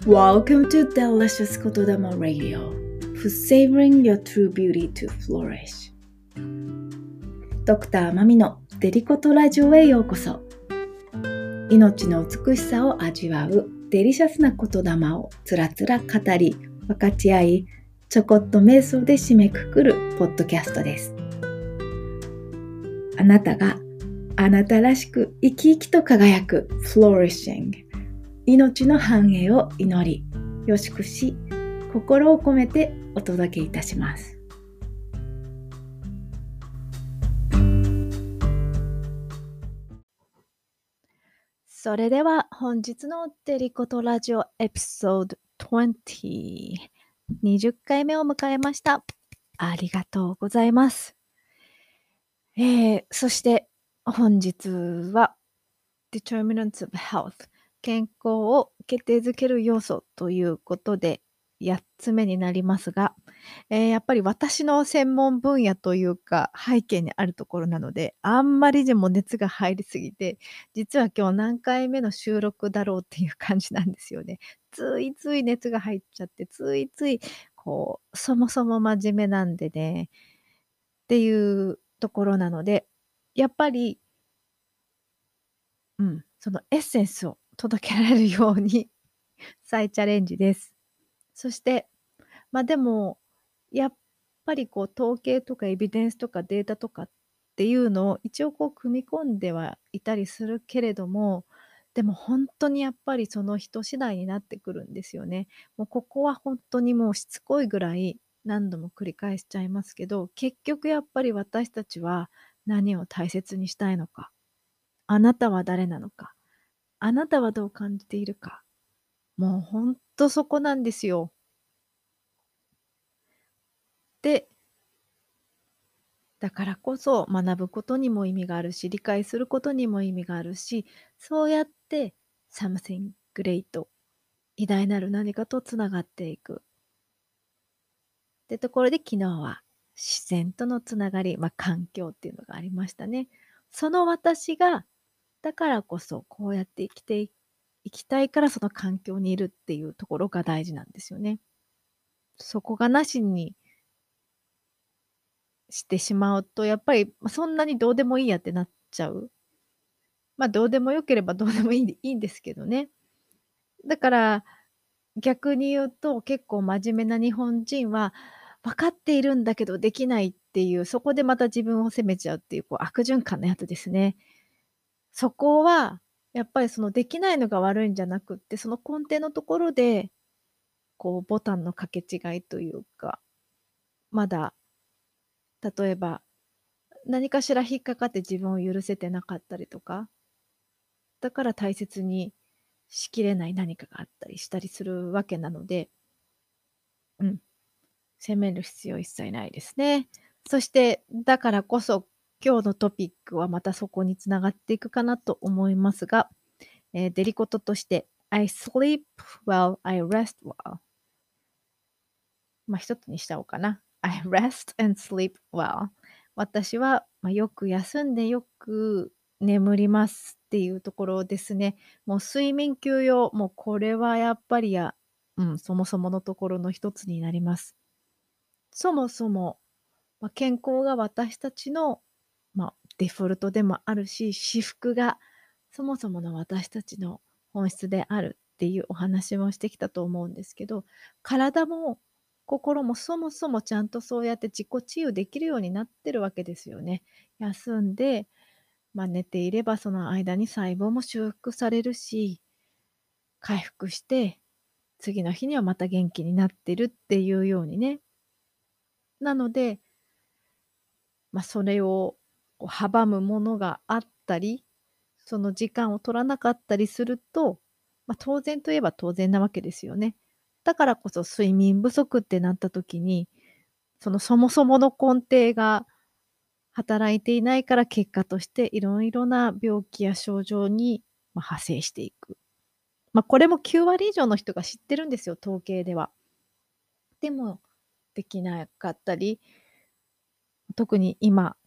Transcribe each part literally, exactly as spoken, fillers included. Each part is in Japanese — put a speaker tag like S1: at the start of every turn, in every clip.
S1: Welcome to Delicious 言霊 Radio for savoring your true beauty to flourish ドクターマミのデリコトラジオへようこそ。命の美しさを味わうデリシャスな言霊をつらつら語り分かち合い、ちょこっと瞑想で締めくくるポッドキャストです。あなたがあなたらしく生き生きと輝く Flourishing、 命の繁栄を祈りよしくし、心を込めてお届けいたします。それでは本日のデリコトラジオエピソードにじゅう、にじゅっかいめを迎えました。ありがとうございます。えー、そして本日は Determinants of Health、 健康を決定づける要素ということでやっつめになりますが、えー、やっぱり私の専門分野というか背景にあるところなので、あんまりでも熱が入りすぎて、実は今日何回目の収録だろうっていう感じなんですよね。ついつい熱が入っちゃって、ついついこうそもそも真面目なんでねっていうところなので、やっぱりうん、そのエッセンスを届けられるように再チャレンジです。そして、まあでも、やっぱりこう統計とかエビデンスとかデータとかっていうのを一応こう組み込んではいたりするけれども、でも本当にやっぱりその人次第になってくるんですよね。もうここは本当にもうしつこいぐらい何度も繰り返しちゃいますけど、結局やっぱり私たちは何を大切にしたいのか、あなたは誰なのか、あなたはどう感じているか、もうほんとそこなんですよ。で、だからこそ学ぶことにも意味があるし、理解することにも意味があるし、そうやって something great、 偉大なる何かとつながっていく。ってところで昨日は自然とのつながり、まあ、環境っていうのがありましたね。その私がだからこそこうやって生きていきたいから、その環境にいるっていうところが大事なんですよね。そこがなしにしてしまうと、やっぱりそんなにどうでもいいやってなっちゃう。まあどうでもよければどうでもいいんでいいんですけどね。だから逆に言うと、結構真面目な日本人は分かっているんだけどできないっていう、そこでまた自分を責めちゃうっていう、こう悪循環のやつですね。そこはやっぱりそのできないのが悪いんじゃなくって、その根底のところでこうボタンの掛け違いというか、まだ例えば何かしら引っかかって自分を許せてなかったりとか、だから大切にしきれない何かがあったりしたりするわけなので、うん、責める必要一切ないですね。そしてだからこそ今日のトピックはまたそこにつながっていくかなと思いますが、えー、デリコトとして I sleep well, I rest well。まあ一つにしちゃおうかな。I rest and sleep well。私は、まあ、よく休んでよく眠りますっていうところですね。もう睡眠休養、もうこれはやっぱりや、うん、そもそものところの一つになります。そもそも、まあ、健康が私たちの、まあ、デフォルトでもあるし、至福がそもそもの私たちの本質であるっていうお話もしてきたと思うんですけど、体も心もそもそもちゃんとそうやって自己治癒できるようになってるわけですよね。休んで、まあ、寝ていればその間に細胞も修復されるし、回復して次の日にはまた元気になってるっていうようにね。なので、まあ、それをこう阻むものがあったり、その時間を取らなかったりすると、まあ、当然といえば当然なわけですよね。だからこそ睡眠不足ってなった時に、そのそもそもの根底が働いていないから、結果としていろいろな病気や症状に、ま、派生していく。まあ、これもきゅうわり以上の人が知ってるんですよ、統計では。でも、できなかったり、特に今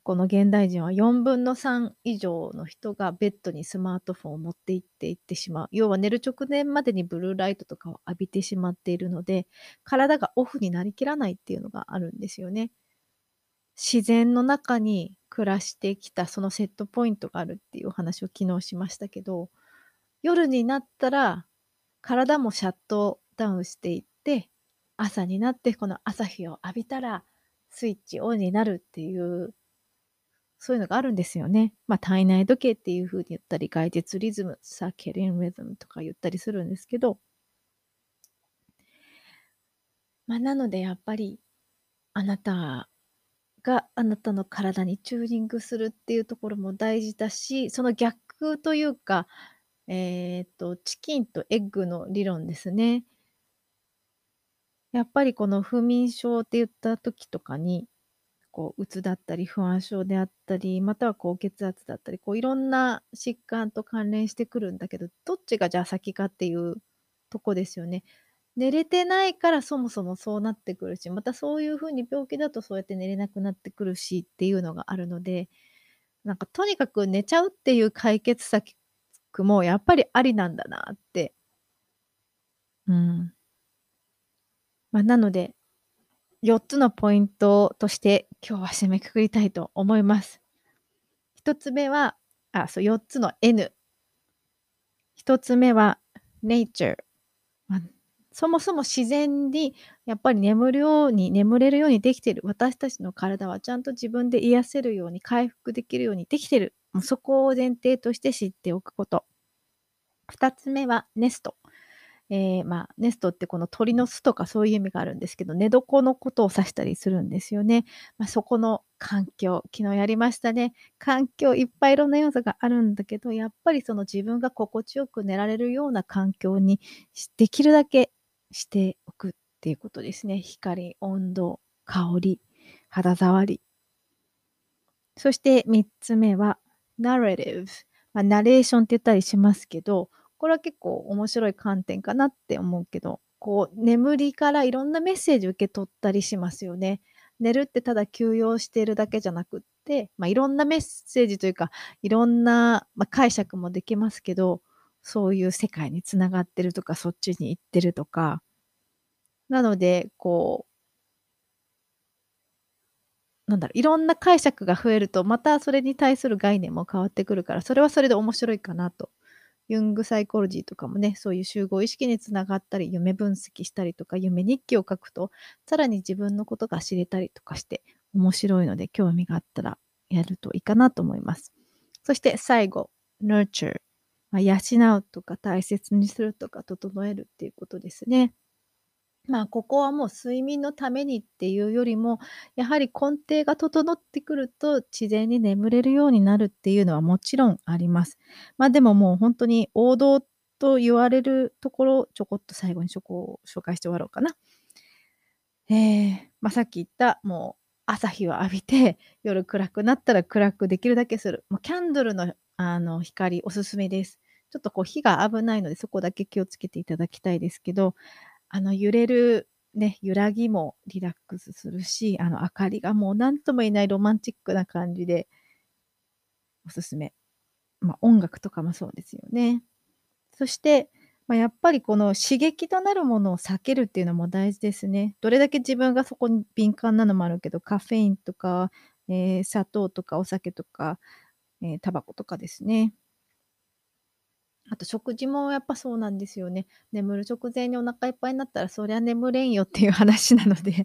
S1: この現代人はよんぶんのさん以上の人がベッドにスマートフォンを持って行っていってしまう。要は寝る直前までにブルーライトとかを浴びてしまっているので、体がオフになりきらないっていうのがあるんですよね。自然の中に暮らしてきたそのセットポイントがあるっていうお話を昨日しましたけど、夜になったら体もシャットダウンしていって、朝になってこの朝日を浴びたらスイッチオンになるっていう、そういうのがあるんですよね。まあ、体内時計っていう風に言ったり、外節リズム、サーケリンリズムとか言ったりするんですけど、まあ、なのでやっぱりあなたがあなたの体にチューニングするっていうところも大事だし、その逆というか、えっと、チキンとエッグの理論ですね。やっぱりこの不眠症って言った時とかに、こう、うつだったり、不安症であったり、または高血圧だったり、こういろんな疾患と関連してくるんだけど、どっちがじゃあ先かっていうとこですよね。寝れてないからそもそもそうなってくるし、またそういう風に病気だとそうやって寝れなくなってくるしっていうのがあるので、なんかとにかく寝ちゃうっていう解決策もやっぱりありなんだなって。うん。ま、なので、よっつのポイントとして今日は締めくくりたいと思います。ひとつめは、あ、そう、よっつの N。ひとつめは Nature。ま、そもそも自然にやっぱり眠るように眠れるようにできてる。私たちの体はちゃんと自分で癒せるように、回復できるようにできてる。もうそこを前提として知っておくこと。ふたつめはネスト。ええ、まあ、ネストってこの鳥の巣とかそういう意味があるんですけど、寝床のことを指したりするんですよね。ま、そこの環境、昨日やりましたね。環境いっぱいいろんな要素があるんだけど、やっぱりその自分が心地よく寝られるような環境にしできるだけしておくっていうことですね。光、温度、香り、肌触り。そしてみっつめは、ナレティブ。ま、ナレーションって言ったりしますけど、これは結構面白い観点かなって思うけど、こう眠りからいろんなメッセージ受け取ったりしますよね。寝るってただ休養しているだけじゃなくって、ま、いろんなメッセージというか、いろんな、ま、解釈もできますけど、そういう世界に繋がってるとか、そっちに行ってるとか。なので、こうなんだろう、いろんな解釈が増えると、またそれに対する概念も変わってくるから、それはそれで面白いかなと。ユングサイコロジーとかもね、そういう集合意識に繋がったり、夢分析したりとか、夢日記を書くと、さらに自分のことが知れたりとかして面白いので、興味があったらやるといいかなと思います。そして最後、ナーチャー。ま、養うとか大切にするとか整えるっていうことですね。まあ、ここはもう睡眠のためにっていうよりも、やはり根底が整ってくると、自然に眠れるようになるっていうのはもちろんあります。ま、でももうほんとに王道と言われるところ、ちょこっと最後にそこを紹介して終わろうかな。ええ、ま、さっき言った、もう朝日を浴びて、夜暗くなったら暗くできるだけする。もうキャンドルの、あの、光おすすめです。ちょっとこう火が危ないので、そこだけ気をつけていただきたいですけど、あの揺れるね、揺らぎもリラックスするし、あの明かりがもう何とも言えないロマンチックな感じでおすすめ。ま、音楽とかもそうですよね。そして、ま、やっぱりこの刺激となるものを避けるっていうのも大事ですね。どれだけ自分がそこに敏感なのもあるけど、カフェインとか、ええ、砂糖とかお酒とか、ええ、タバコとかですね。あと食事もやっぱそうなんですよね。眠る直前にお腹いっぱいになったら、そりゃ眠れんよっていう話なので。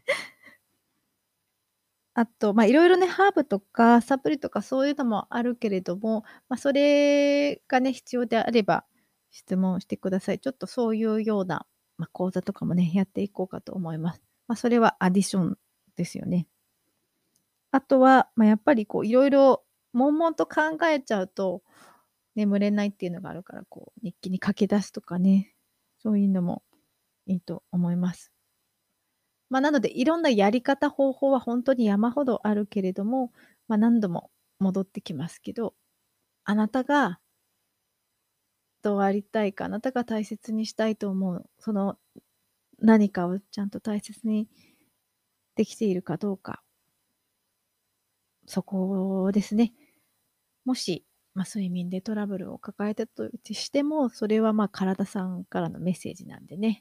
S1: あと、ま、いろいろね、ハーブとかサプリとかそういうのもあるけれども、ま、それがね、必要であれば質問してください。ちょっとそういうような、ま、講座とかもね、やっていこうかと思います。ま、それはアディションですよね。あとは、ま、やっぱりこういろいろ悶々と考えちゃうと、眠れないっていうのがあるから、こう日記に書き出すとかね、そういうのもいいと思います。ま、なので、いろんなやり方、方法はほんとに山ほどあるけれども、ま、何度も戻ってきますけど、あなたがどうありたいか、あなたが大切にしたいと思う、その何かをちゃんと大切にできているかどうかそこですね。もし、まあ、睡眠でトラブルを抱えたとしても、それはまあ体さんからのメッセージなんでね。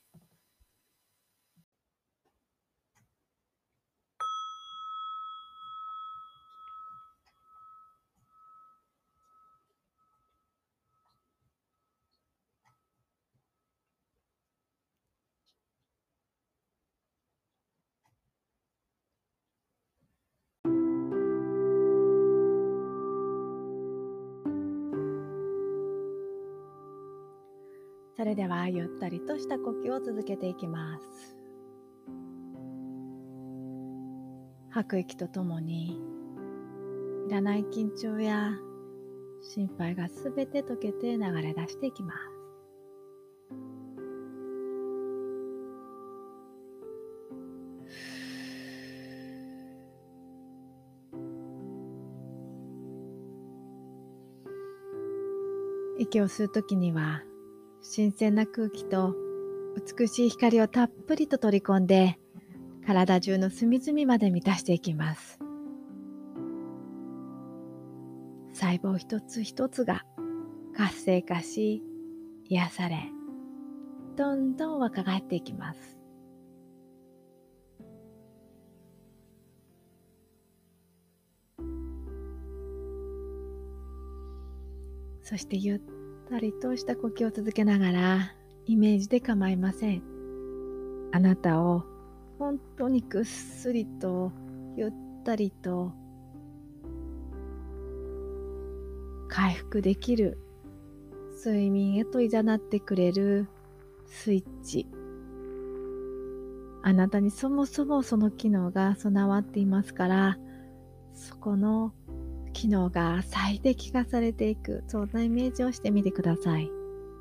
S1: それではゆったりとした呼吸を続けていきます。吐く息とともに、いらない緊張や心配がすべて溶けて流れ出していきます。息を吸うときには、新鮮な空気と美しい光をたっぷりと取り込んで、体中の隅々まで満たしていきます。細胞一つ一つが活性化し、癒され、どんどん若返っていきます。そしてゆったりとした呼吸を続けながら、イメージで構いません。あなたを本当にぐっすりとゆったりと回復できる睡眠へと誘ってくれるスイッチ。あなたにそもそもその機能が備わっていますから、そこの機能が最適化されていく、そんなイメージをしてみてください。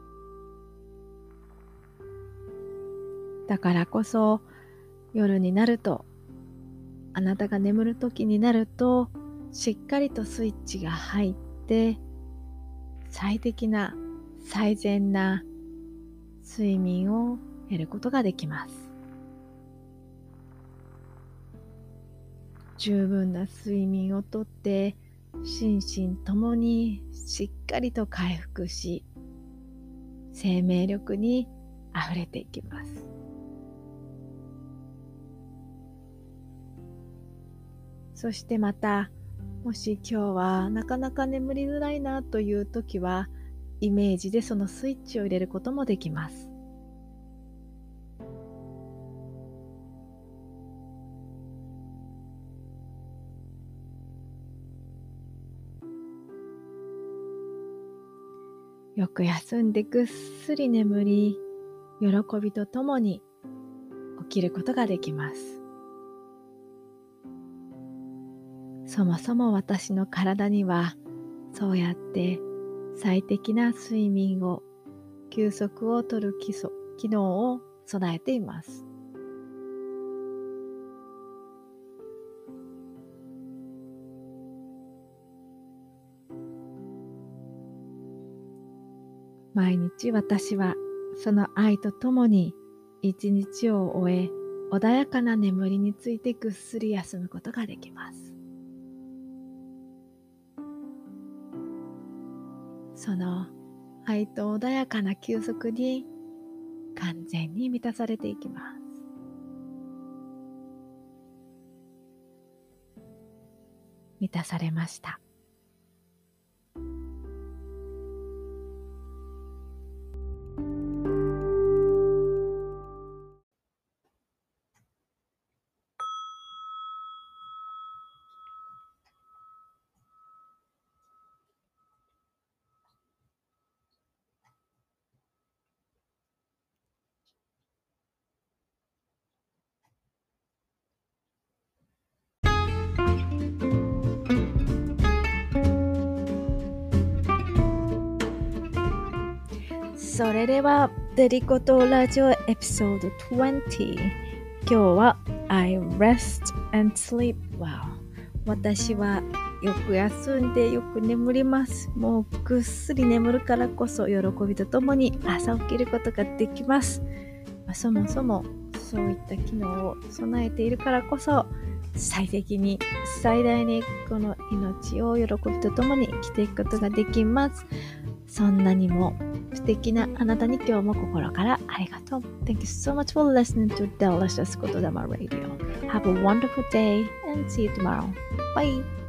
S1: だからこそ夜になると、あなたが眠る時になると、しっかりとスイッチが入って最適な最善な睡眠を得ることができます。十分な睡眠をとって心身ともにしっかりと回復し、生命力にあふれていきます。そしてまた、もし今日はなかなか眠りづらいなという時は、イメージでそのスイッチを入れることもできます。よく休んでぐっすり眠り、喜びとともに起きることができます。そもそも私の体には、そうやって最適な睡眠を、休息をとる基礎、機能を備えています。毎日私はその愛とともに一日を終え、穏やかな眠りについてぐっすり休むことができます。その愛と穏やかな休息に完全に満たされていきます。満たされました。それではデリコとラジオエピソードにじゅう。今日は I rest and sleep well。 私はよく休んでよく眠ります。もうぐっすり眠るからこそ喜びとともに朝起きることができます。まあ、そもそもそういった機能を備えているからこそ最適に、最大にこの命を喜びとともに生きていくことができます。そんなにも素敵なあなたに今日も心からありがとう。Thank you so much for listening to Delicious 言霊 Radio. Have a wonderful day and see you tomorrow. Bye!